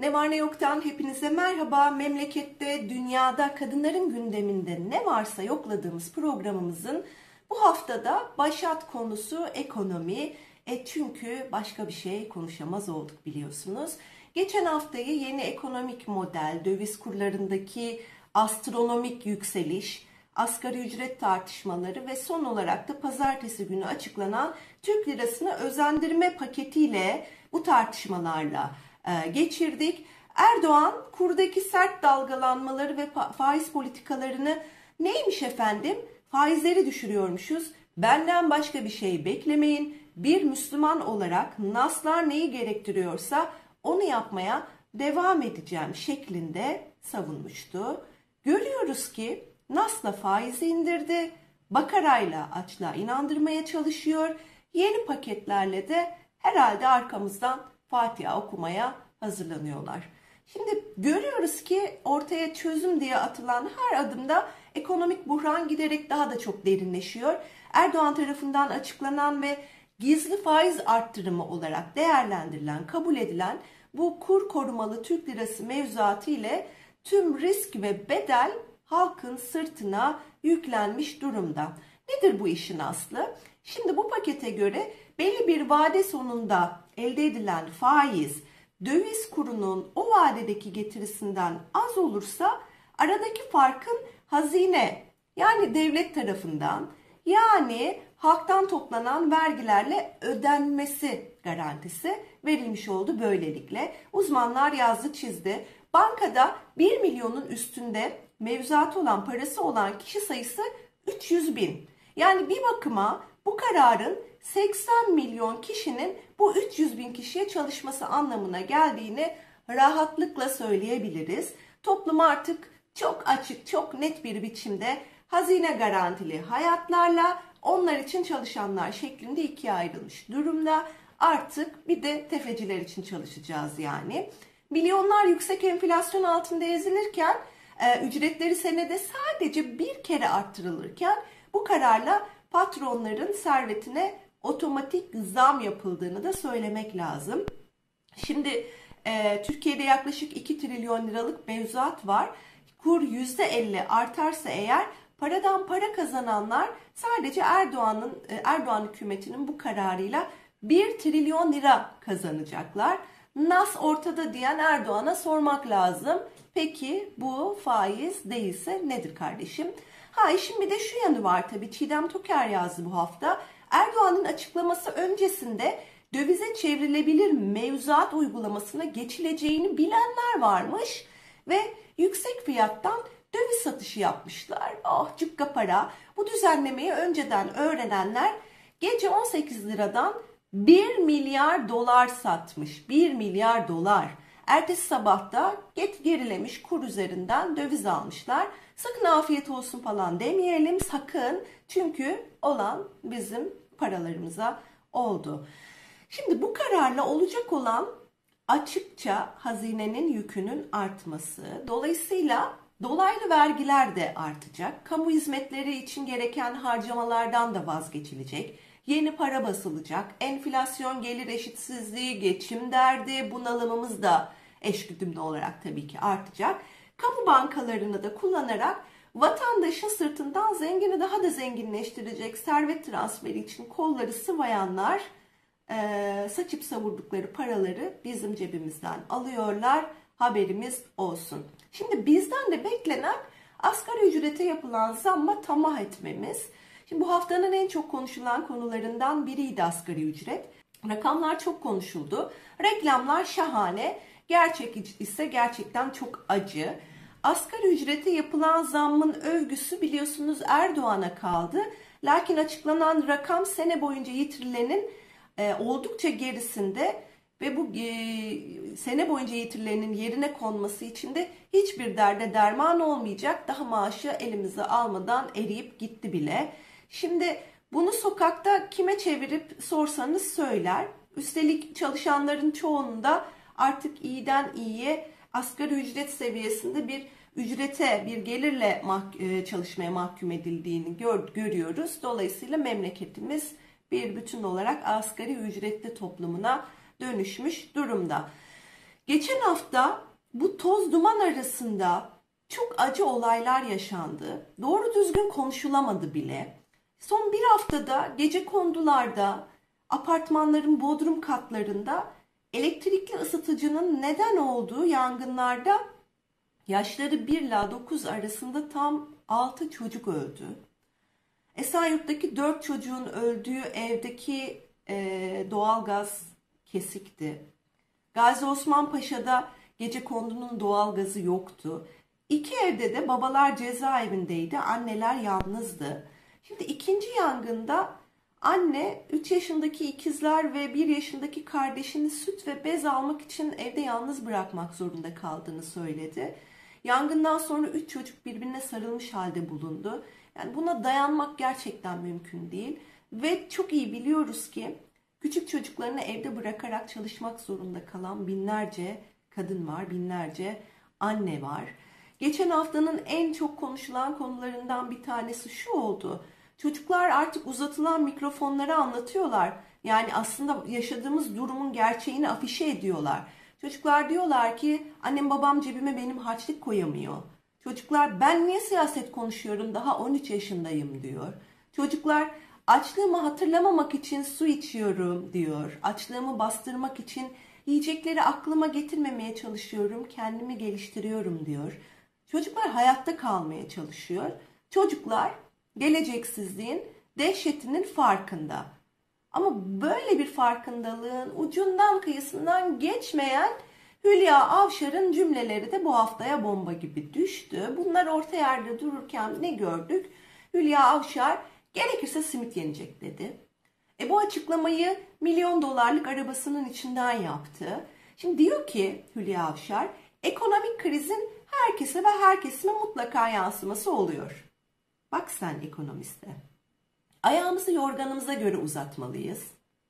Ne var ne yoktan hepinize merhaba. Memlekette, dünyada, kadınların gündeminde ne varsa yokladığımız programımızın bu haftada başat konusu ekonomi. Çünkü başka bir şey konuşamaz olduk biliyorsunuz. Geçen haftayı yeni ekonomik model, döviz kurlarındaki astronomik yükseliş, asgari ücret tartışmaları ve son olarak da pazartesi günü açıklanan Türk lirasını özendirme paketiyle bu tartışmalarla geçirdik. Erdoğan kurdaki sert dalgalanmaları ve faiz politikalarını neymiş efendim? Faizleri düşürüyormuşuz. Benden başka bir şey beklemeyin. Bir Müslüman olarak naslar neyi gerektiriyorsa onu yapmaya devam edeceğim şeklinde savunmuştu. Görüyoruz ki nasla faizi indirdi. Bakarayla açlığa inandırmaya çalışıyor. Yeni paketlerle de herhalde arkamızdan Fatiha okumaya hazırlanıyorlar. Şimdi görüyoruz ki ortaya çözüm diye atılan her adımda ekonomik buhran giderek daha da çok derinleşiyor. Erdoğan tarafından açıklanan ve gizli faiz arttırımı olarak değerlendirilen, kabul edilen bu kur korumalı Türk lirası mevzuatı ile tüm risk ve bedel halkın sırtına yüklenmiş durumda. Nedir bu işin aslı? Şimdi bu pakete göre belli bir vade sonunda elde edilen faiz, döviz kurunun o vadedeki getirisinden az olursa aradaki farkın hazine yani devlet tarafından yani halktan toplanan vergilerle ödenmesi garantisi verilmiş oldu böylelikle. Uzmanlar yazdı çizdi. Bankada 1 milyonun üstünde mevzuatı olan parası olan kişi sayısı 300 bin. Yani bir bakıma bu kararın 80 milyon kişinin bu 300 bin kişiye çalışması anlamına geldiğini rahatlıkla söyleyebiliriz. Toplum artık çok açık, çok net bir biçimde hazine garantili hayatlarla onlar için çalışanlar şeklinde ikiye ayrılmış durumda. Artık bir de tefeciler için çalışacağız yani. Milyonlar yüksek enflasyon altında ezilirken ücretleri senede sadece bir kere arttırılırken bu kararla patronların servetine otomatik zam yapıldığını da söylemek lazım. Şimdi Türkiye'de yaklaşık 2 trilyon liralık mevzuat var. Kur %50 artarsa eğer paradan para kazananlar sadece Erdoğan hükümetinin bu kararıyla 1 trilyon lira kazanacaklar. Nas ortada diyen Erdoğan'a sormak lazım. Peki bu faiz değilse nedir kardeşim? İşin bir de şu yanı var tabii. Çiğdem Toker yazdı bu hafta. Erdoğan'ın açıklaması öncesinde dövize çevrilebilir mevzuat uygulamasına geçileceğini bilenler varmış ve yüksek fiyattan döviz satışı yapmışlar. Cukka para. Bu düzenlemeyi önceden öğrenenler gece 18 liradan 1 milyar dolar satmış. 1 milyar dolar. Ertesi sabahta gerilemiş kur üzerinden döviz almışlar. Sakın afiyet olsun falan demeyelim sakın. Çünkü olan bizim paralarımıza oldu. Şimdi bu kararla olacak olan açıkça hazinenin yükünün artması. Dolayısıyla dolaylı vergiler de artacak. Kamu hizmetleri için gereken harcamalardan da vazgeçilecek. Yeni para basılacak. Enflasyon, gelir eşitsizliği, geçim derdi, bunalımımız da eşgüdümlü olarak tabii ki artacak. Kamu bankalarını da kullanarak vatandaşın sırtından zengini daha da zenginleştirecek servet transferi için kolları sıvayanlar saçıp savurdukları paraları bizim cebimizden alıyorlar. Haberimiz olsun. Şimdi bizden de beklenen asgari ücrete yapılan zamma tamah etmemiz. Şimdi bu haftanın en çok konuşulan konularından biriydi asgari ücret. Rakamlar çok konuşuldu. Reklamlar şahane. Gerçek ise gerçekten çok acı. Asgari ücrete yapılan zammın övgüsü biliyorsunuz Erdoğan'a kaldı. Lakin açıklanan rakam sene boyunca yitirilenin oldukça gerisinde ve bu sene boyunca yitirilenin yerine konması için de hiçbir derde derman olmayacak. Daha maaşı elimize almadan eriyip gitti bile. Şimdi bunu sokakta kime çevirip sorsanız söyler. Üstelik çalışanların çoğunda artık iyiden iyiye asgari ücret seviyesinde bir ücrete, bir gelirle çalışmaya mahkum edildiğini görüyoruz. Dolayısıyla memleketimiz bir bütün olarak asgari ücretli toplumuna dönüşmüş durumda. Geçen hafta bu toz duman arasında çok acı olaylar yaşandı. Doğru düzgün konuşulamadı bile. Son bir haftada gecekondularda, apartmanların bodrum katlarında elektrikli ısıtıcının neden olduğu yangınlarda yaşları 1 ile 9 arasında tam 6 çocuk öldü. Esenyurt'taki 4 çocuğun öldüğü evdeki doğalgaz kesikti. Gazi Osman Paşa'da gecekondunun doğalgazı yoktu. İki evde de babalar cezaevindeydi, anneler yalnızdı. Şimdi ikinci yangında anne 3 yaşındaki ikizler ve 1 yaşındaki kardeşini süt ve bez almak için evde yalnız bırakmak zorunda kaldığını söyledi. Yangından sonra 3 çocuk birbirine sarılmış halde bulundu. Yani buna dayanmak gerçekten mümkün değil. Ve çok iyi biliyoruz ki küçük çocuklarını evde bırakarak çalışmak zorunda kalan binlerce kadın var, binlerce anne var. Geçen haftanın en çok konuşulan konularından bir tanesi şu oldu. Çocuklar artık uzatılan mikrofonlara anlatıyorlar. Yani aslında yaşadığımız durumun gerçeğini afişe ediyorlar. Çocuklar diyorlar ki annem babam cebime benim harçlık koyamıyor. Çocuklar ben niye siyaset konuşuyorum daha 13 yaşındayım diyor. Çocuklar açlığımı hatırlamamak için su içiyorum diyor. Açlığımı bastırmak için yiyecekleri aklıma getirmemeye çalışıyorum, kendimi geliştiriyorum diyor. Çocuklar hayatta kalmaya çalışıyor. Çocuklar geleceksizliğin dehşetinin farkında. Ama böyle bir farkındalığın ucundan kıyısından geçmeyen Hülya Avşar'ın cümleleri de bu haftaya bomba gibi düştü. Bunlar orta yerde dururken ne gördük? Hülya Avşar gerekirse simit yenecek dedi. Bu açıklamayı milyon dolarlık arabasının içinden yaptı. Şimdi diyor ki Hülya Avşar, ekonomik krizin herkese ve her kesime mutlaka yansıması oluyor. Bak sen ekonomiste. Ayağımızı yorganımıza göre uzatmalıyız.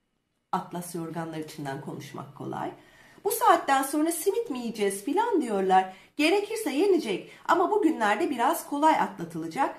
Atlas yorganlar içinden konuşmak kolay. Bu saatten sonra simit mi yiyeceğiz filan diyorlar. Gerekirse yenecek ama bugünlerde biraz kolay atlatılacak.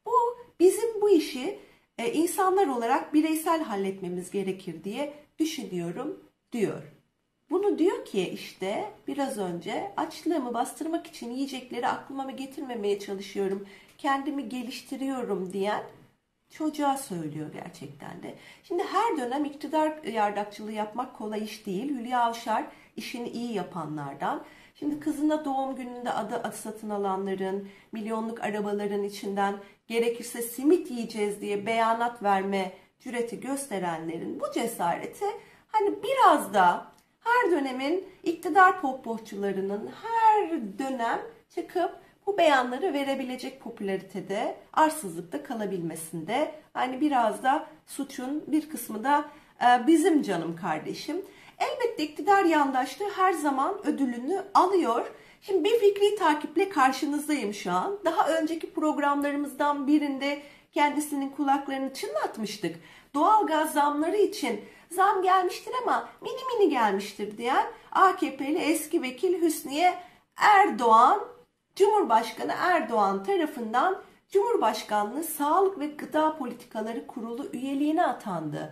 Bizim bu işi insanlar olarak bireysel halletmemiz gerekir diye düşünüyorum diyor. Bunu diyor ki işte biraz önce açlığımı bastırmak için yiyecekleri aklıma getirmemeye çalışıyorum. Kendimi geliştiriyorum diyen çocuğa söylüyor gerçekten de. Şimdi her dönem iktidar yardakçılığı yapmak kolay iş değil. Hülya Avşar işini iyi yapanlardan. Şimdi kızına doğum gününde adı satın alanların, milyonluk arabaların içinden gerekirse simit yiyeceğiz diye beyanat verme cüreti gösterenlerin bu cesareti hani biraz da her dönemin iktidar pohpohçularının her dönem çıkıp bu beyanları verebilecek popülaritede, arsızlıkta kalabilmesinde hani biraz da suçun bir kısmı da bizim canım kardeşim. Elbette iktidar yandaşlığı her zaman ödülünü alıyor. Şimdi bir fikri takiple karşınızdayım şu an. Daha önceki programlarımızdan birinde kendisinin kulaklarını çınlatmıştık. Doğalgaz zamları için zam gelmiştir ama mini mini gelmiştir diyen AKP'li eski vekil Hüsniye Erdoğan, Cumhurbaşkanı Erdoğan tarafından Cumhurbaşkanlığı Sağlık ve Gıda Politikaları Kurulu üyeliğine atandı.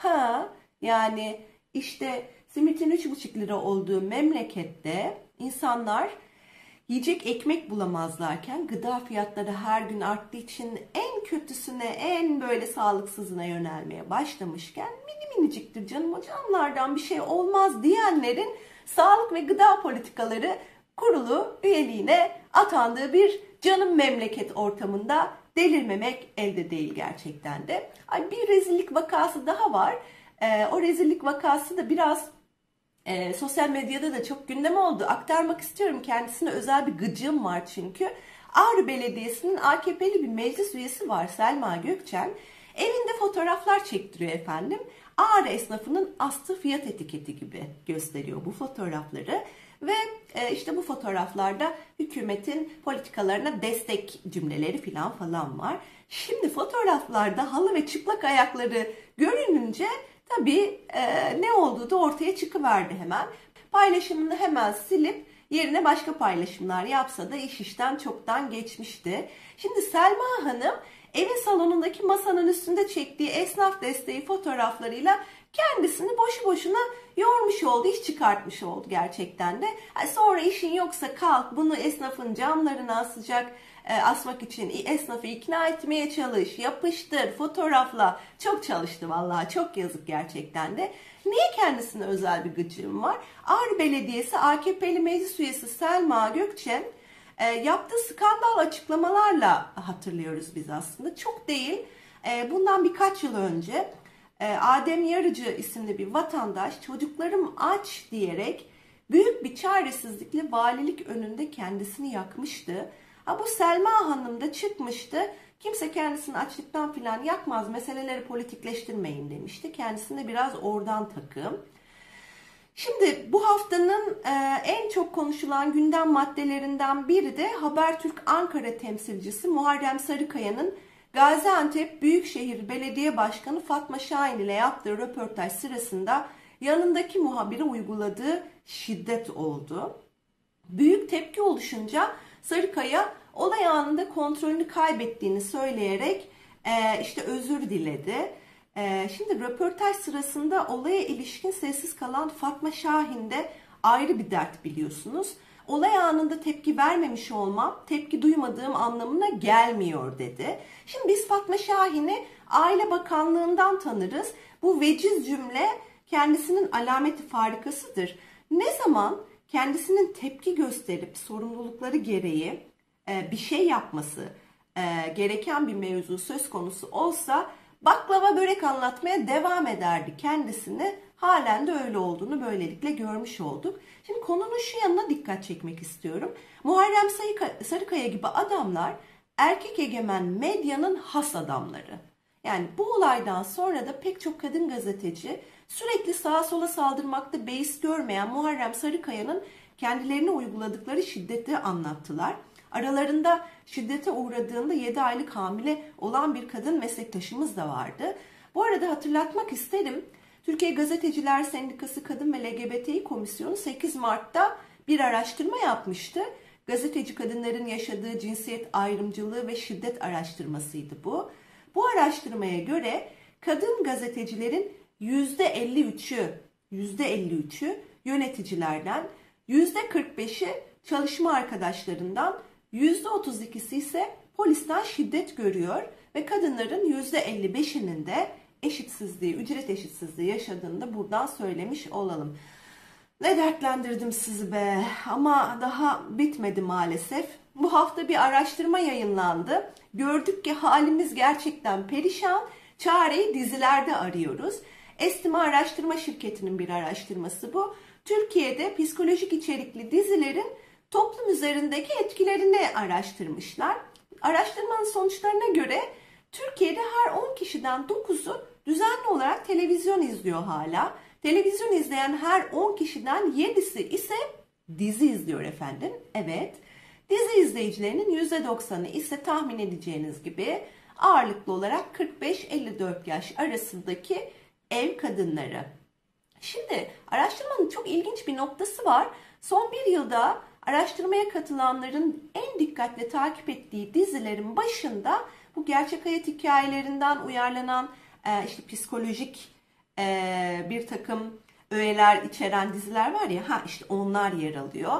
Yani işte simitin 3,5 lira olduğu memlekette insanlar yiyecek ekmek bulamazlarken gıda fiyatları her gün arttığı için en kötüsüne, en böyle sağlıksızına yönelmeye başlamışken mini miniciktir canım o canlardan bir şey olmaz diyenlerin Sağlık ve Gıda Politikaları Kurulu üyeliğine atandığı bir canım memleket ortamında delirmemek elde değil gerçekten de. Bir rezillik vakası daha var. O rezillik vakası da biraz sosyal medyada da çok gündem oldu. Aktarmak istiyorum. Kendisine özel bir gıcığım var çünkü. Ağrı Belediyesi'nin AKP'li bir meclis üyesi var Selma Gökçen. Evinde fotoğraflar çektiriyor efendim. Ağrı esnafının astığı fiyat etiketi gibi gösteriyor bu fotoğrafları. Ve işte bu fotoğraflarda hükümetin politikalarına destek cümleleri falan var. Şimdi fotoğraflarda halı ve çıplak ayakları görününce tabii ne olduğu da ortaya çıkıverdi hemen. Paylaşımını hemen silip yerine başka paylaşımlar yapsa da iş işten çoktan geçmişti. Şimdi Selma Hanım evin salonundaki masanın üstünde çektiği esnaf desteği fotoğraflarıyla kendisini boşu boşuna yormuş oldu, iş çıkartmış oldu gerçekten de. Sonra işin yoksa kalk bunu esnafın camlarına asmak için esnafı ikna etmeye çalış, yapıştır, fotoğrafla. Çok çalıştı vallahi, çok yazık gerçekten de. Niye kendisine özel bir gıcığım var? Ağrı Belediyesi AKP'li meclis üyesi Selma Gökçen yaptığı skandal açıklamalarla hatırlıyoruz biz aslında. Çok değil, bundan birkaç yıl önce Adem Yarıcı isimli bir vatandaş çocuklarım aç diyerek büyük bir çaresizlikle valilik önünde kendisini yakmıştı. Bu Selma Hanım da çıkmıştı. Kimse kendisini açlıktan filan yakmaz, meseleleri politikleştirmeyin demişti. Kendisine biraz oradan takım. Şimdi bu haftanın en çok konuşulan gündem maddelerinden biri de Habertürk Ankara temsilcisi Muharrem Sarıkaya'nın Gaziantep Büyükşehir Belediye Başkanı Fatma Şahin ile yaptığı röportaj sırasında yanındaki muhabire uyguladığı şiddet oldu. Büyük tepki oluşunca Sarıkaya olay anında kontrolünü kaybettiğini söyleyerek işte özür diledi. Şimdi röportaj sırasında olaya ilişkin sessiz kalan Fatma Şahin de ayrı bir dert biliyorsunuz. Olay anında tepki vermemiş olmam tepki duymadığım anlamına gelmiyor dedi. Şimdi biz Fatma Şahin'i Aile Bakanlığı'ndan tanırız. Bu veciz cümle kendisinin alameti farikasıdır. Ne zaman kendisinin tepki gösterip sorumlulukları gereği bir şey yapması gereken bir mevzu söz konusu olsa baklava börek anlatmaya devam ederdi kendisini. Halen de öyle olduğunu böylelikle görmüş olduk. Şimdi konunun şu yanına dikkat çekmek istiyorum. Muharrem Sarıkaya gibi adamlar erkek egemen medyanın has adamları. Yani bu olaydan sonra da pek çok kadın gazeteci sürekli sağa sola saldırmakta beis görmeyen Muharrem Sarıkaya'nın kendilerine uyguladıkları şiddeti anlattılar. Aralarında şiddete uğradığında 7 aylık hamile olan bir kadın meslektaşımız da vardı. Bu arada hatırlatmak isterim. Türkiye Gazeteciler Sendikası Kadın ve LGBTİ Komisyonu 8 Mart'ta bir araştırma yapmıştı. Gazeteci kadınların yaşadığı cinsiyet ayrımcılığı ve şiddet araştırmasıydı bu. Bu araştırmaya göre kadın gazetecilerin %53'ü yöneticilerden, %45'i çalışma arkadaşlarından, %32'si ise polisten şiddet görüyor ve kadınların %55'inin de ücret eşitsizliği yaşadığını da buradan söylemiş olalım. Ne dertlendirdim sizi be, ama daha bitmedi maalesef. Bu hafta bir araştırma yayınlandı. Gördük ki halimiz gerçekten perişan. Çareyi dizilerde arıyoruz. Estima Araştırma Şirketi'nin bir araştırması bu. Türkiye'de psikolojik içerikli dizilerin toplum üzerindeki etkilerini araştırmışlar. Araştırmanın sonuçlarına göre Türkiye'de her 10 kişiden 9'u düzenli olarak televizyon izliyor hala. Televizyon izleyen her 10 kişiden 7'si ise dizi izliyor efendim. Evet, dizi izleyicilerinin %90'ı ise tahmin edeceğiniz gibi ağırlıklı olarak 45-54 yaş arasındaki ev kadınları. Şimdi araştırmanın çok ilginç bir noktası var. Son bir yılda araştırmaya katılanların en dikkatle takip ettiği dizilerin başında bu gerçek hayat hikayelerinden uyarlanan işte psikolojik bir takım öğeler içeren diziler var ya, işte onlar yer alıyor.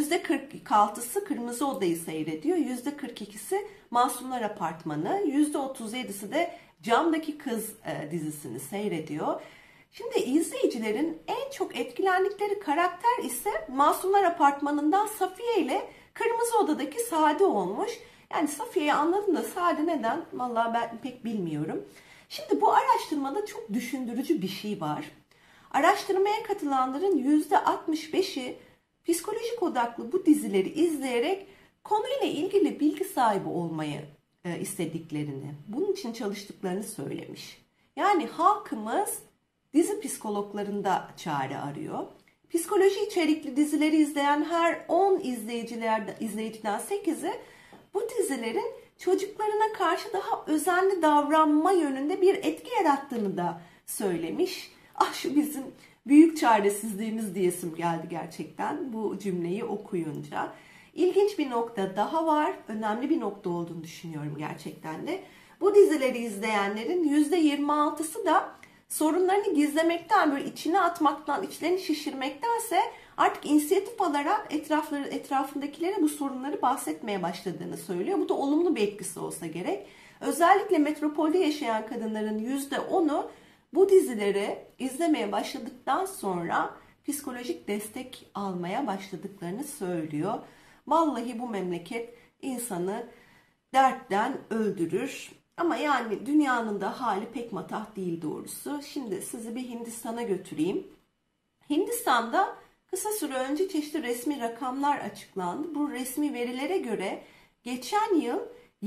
%46'sı Kırmızı Oda'yı seyrediyor, %42'si Masumlar Apartmanı, %37'si de Camdaki Kız dizisini seyrediyor. Şimdi izleyicilerin en çok etkilendikleri karakter ise Masumlar Apartmanı'ndan Safiye ile Kırmızı Oda'daki Sade olmuş. Yani Safiye'yi anladım da Sade neden? Vallahi ben pek bilmiyorum. Şimdi bu araştırmada çok düşündürücü bir şey var. Araştırmaya katılanların %65'i psikolojik odaklı bu dizileri izleyerek konuyla ilgili bilgi sahibi olmayı istediklerini, bunun için çalıştıklarını söylemiş. Yani halkımız dizi psikologlarında çare arıyor. Psikoloji içerikli dizileri izleyen her 10 izleyiciden 8'i bu dizilerin çocuklarına karşı daha özenli davranma yönünde bir etki yarattığını da söylemiş. Şu bizim büyük çaresizliğimiz diyesim geldi gerçekten bu cümleyi okuyunca. İlginç bir nokta daha var. Önemli bir nokta olduğunu düşünüyorum gerçekten de. Bu dizileri izleyenlerin %26'sı da sorunlarını gizlemekten, böyle içine atmaktan, içlerini şişirmektense artık inisiyatif alarak etrafındakilere bu sorunları bahsetmeye başladığını söylüyor. Bu da olumlu bir etkisi olsa gerek. Özellikle metropolde yaşayan kadınların %10'u bu dizileri izlemeye başladıktan sonra psikolojik destek almaya başladıklarını söylüyor. Vallahi bu memleket insanı dertten öldürür. Ama yani dünyanın da hali pek matah değil doğrusu. Şimdi sizi bir Hindistan'a götüreyim. Hindistan'da kısa süre önce çeşitli resmi rakamlar açıklandı. Bu resmi verilere göre geçen yıl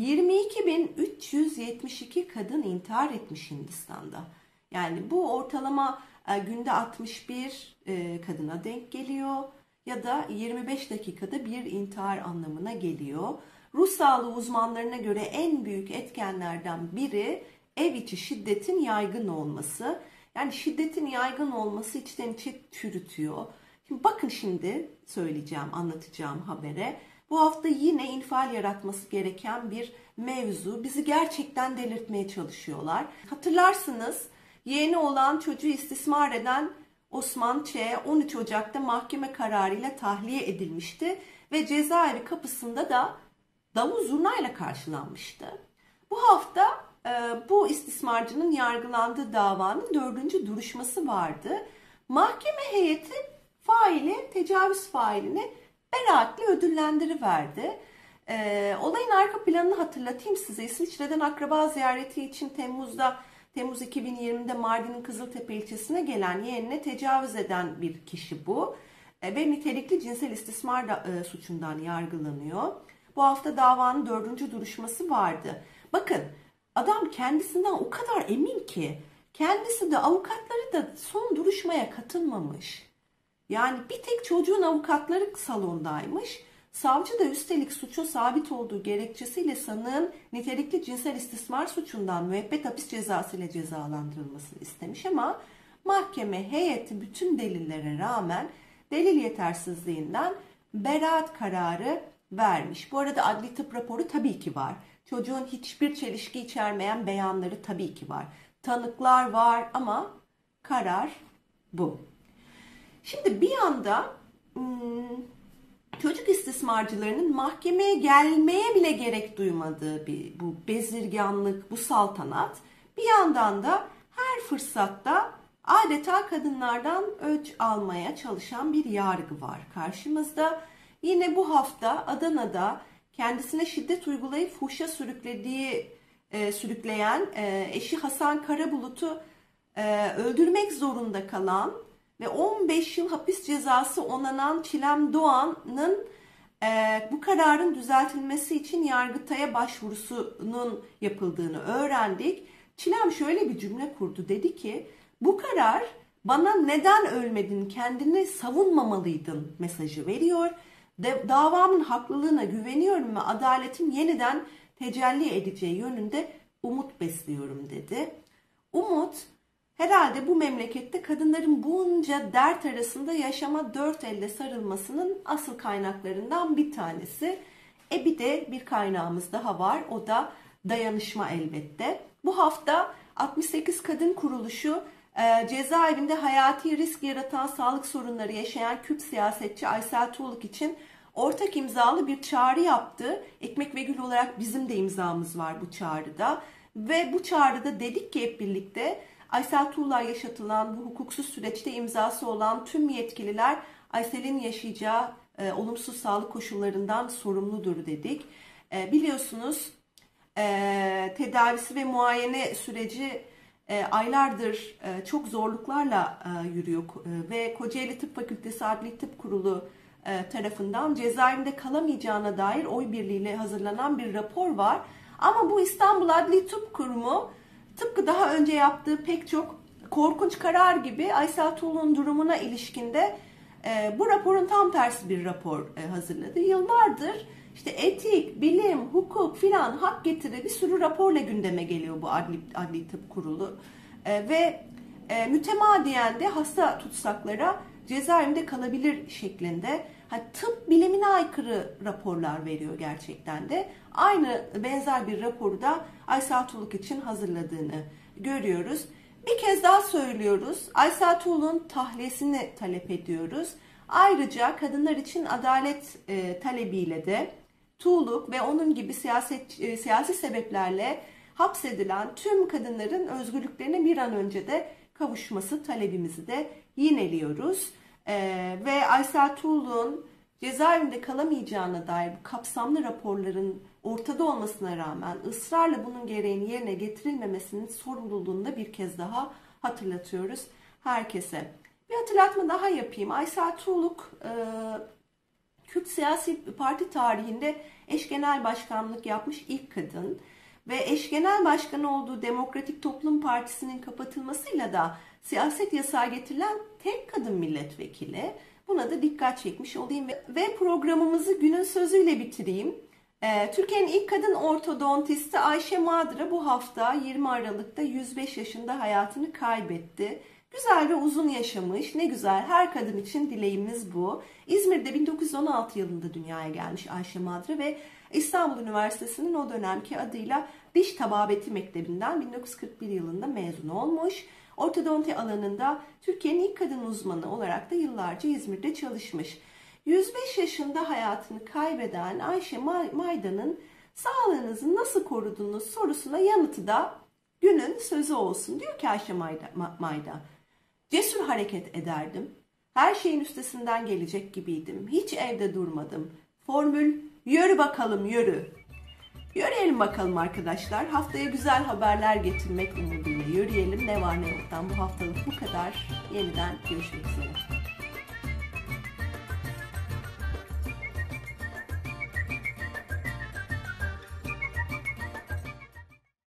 22.372 kadın intihar etmiş Hindistan'da. Yani bu ortalama günde 61 kadına denk geliyor ya da 25 dakikada bir intihar anlamına geliyor. Ruh sağlığı uzmanlarına göre en büyük etkenlerden biri ev içi şiddetin yaygın olması. Yani şiddetin yaygın olması içten içe çürütüyor. Şimdi bakın, şimdi söyleyeceğim, anlatacağım habere. Bu hafta yine infial yaratması gereken bir mevzu. Bizi gerçekten delirtmeye çalışıyorlar. Hatırlarsınız, yeğeni olan çocuğu istismar eden Osman Ç. 13 Ocak'ta mahkeme kararıyla tahliye edilmişti ve cezaevi kapısında da davul zurnayla karşılanmıştı. Bu hafta bu istismarcının yargılandığı davanın 4. duruşması vardı. Mahkeme heyeti tecavüz failini beraatle ödüllendiriverdi. Olayın arka planını hatırlatayım size. İsviçre'den akraba ziyareti için Temmuz 2020'de Mardin'in Kızıltepe ilçesine gelen yeğenine tecavüz eden bir kişi bu. Ve nitelikli cinsel istismar suçundan yargılanıyor. Bu hafta davanın 4. duruşması vardı. Bakın, adam kendisinden o kadar emin ki kendisi de avukatları da son duruşmaya katılmamış. Yani bir tek çocuğun avukatları salondaymış. Savcı da üstelik suçun sabit olduğu gerekçesiyle sanığın nitelikli cinsel istismar suçundan müebbet hapis cezası ile cezalandırılmasını istemiş ama mahkeme heyeti bütün delillere rağmen delil yetersizliğinden beraat kararı vermiş. Bu arada adli tıp raporu tabii ki var. Çocuğun hiçbir çelişki içermeyen beyanları tabii ki var. Tanıklar var ama karar bu. Şimdi bir yanda çocuk istismarcılarının mahkemeye gelmeye bile gerek duymadığı bu bezirganlık, bu saltanat, bir yandan da her fırsatta adeta kadınlardan öç almaya çalışan bir yargı var karşımızda. Yine bu hafta Adana'da kendisine şiddet uygulayıp fuhşa sürükleyen eşi Hasan Karabulut'u öldürmek zorunda kalan ve 15 yıl hapis cezası onanan Çilem Doğan'ın bu kararın düzeltilmesi için Yargıtay'a başvurusunun yapıldığını öğrendik. Çilem şöyle bir cümle kurdu. Dedi ki, bu karar bana neden ölmedin, kendini savunmamalıydın mesajı veriyor. Davamın haklılığına güveniyorum ve adaletin yeniden tecelli edeceği yönünde umut besliyorum dedi. Umut, herhalde bu memlekette kadınların bunca dert arasında yaşama dört elle sarılmasının asıl kaynaklarından bir tanesi. Bir de bir kaynağımız daha var, o da dayanışma elbette. Bu hafta 68 Kadın Kuruluşu cezaevinde hayati risk yaratan sağlık sorunları yaşayan Kürt siyasetçi Aysel Tuğluk için ortak imzalı bir çağrı yaptı. Ekmek ve Gül olarak bizim de imzamız var bu çağrıda. Ve bu çağrıda dedik ki hep birlikte, Aysel Tuğluk'a yaşatılan bu hukuksuz süreçte imzası olan tüm yetkililer Aysel'in yaşayacağı olumsuz sağlık koşullarından sorumludur dedik. Biliyorsunuz tedavisi ve muayene süreci aylardır çok zorluklarla yürüyor ve Kocaeli Tıp Fakültesi Adli Tıp Kurulu tarafından cezaevinde kalamayacağına dair oy birliğiyle hazırlanan bir rapor var. Ama bu İstanbul Adli Tıp Kurumu tıpkı daha önce yaptığı pek çok korkunç karar gibi Aysel Tuğluk'un durumuna ilişkinde bu raporun tam tersi bir rapor hazırladı. Yıllardır işte etik, bilim, hukuk filan hak getiri bir sürü raporla gündeme geliyor bu Adli Tıp Kurulu. Ve mütemadiyen de hasta tutsaklara cezaevinde kalabilir şeklinde tıp bilimine aykırı raporlar veriyor gerçekten de. Aynı benzer bir raporu da Aysel Tuğluk için hazırladığını görüyoruz. Bir kez daha söylüyoruz. Aysel Tuğluk'un tahliyesini talep ediyoruz. Ayrıca kadınlar için adalet talebiyle de Tuğluk ve onun gibi siyasi sebeplerle hapsedilen tüm kadınların özgürlüklerine bir an önce de kavuşması talebimizi de yineliyoruz. Ve Aysel Tuğluk'un cezaevinde kalamayacağına dair kapsamlı raporların ortada olmasına rağmen ısrarla bunun gereğini yerine getirilmemesinin sorumluluğunu da bir kez daha hatırlatıyoruz herkese. Bir hatırlatma daha yapayım. Aysel Tuğluk Kürt siyasi parti tarihinde eş genel başkanlık yapmış ilk kadın ve eş genel başkanı olduğu Demokratik Toplum Partisi'nin kapatılmasıyla da siyaset yasağı getirilen tek kadın milletvekili. Buna da dikkat çekmiş olayım ve programımızı günün sözüyle bitireyim. Türkiye'nin ilk kadın ortodontisti Ayşe Madra bu hafta 20 Aralık'ta 105 yaşında hayatını kaybetti. Güzel ve uzun yaşamış. Ne güzel. Her kadın için dileğimiz bu. İzmir'de 1916 yılında dünyaya gelmiş Ayşe Madra ve İstanbul Üniversitesi'nin o dönemki adıyla Diş Tababeti Mektebi'nden 1941 yılında mezun olmuş. Ortodonti alanında Türkiye'nin ilk kadın uzmanı olarak da yıllarca İzmir'de çalışmış. 105 yaşında hayatını kaybeden Ayşe Mayda'nın sağlığınızı nasıl korudunuz sorusuna yanıtı da günün sözü olsun. Diyor ki Ayşe Mayda, cesur hareket ederdim. Her şeyin üstesinden gelecek gibiydim. Hiç evde durmadım. Formül yürü bakalım yürü. Yürüyelim bakalım arkadaşlar. Haftaya güzel haberler getirmek umuduyla yürüyelim. Ne var ne yoktan bu haftalık bu kadar. Yeniden görüşmek üzere.